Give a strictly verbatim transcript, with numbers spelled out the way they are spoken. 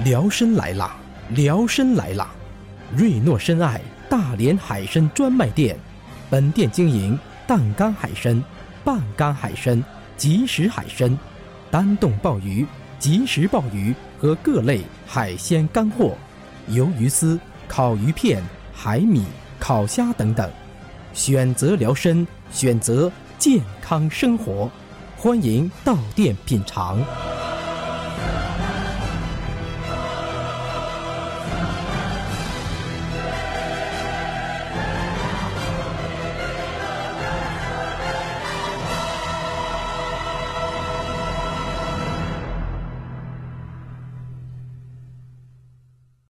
辽参来啦，辽参来啦！瑞诺深爱大连海参专卖店，本店经营淡干海参、半干海参、即食海参、单冻鲍鱼、即食鲍鱼和各类海鲜干货，鱿鱼丝、烤鱼片、海米、烤虾等等。选择辽参，选择健康生活，欢迎到店品尝。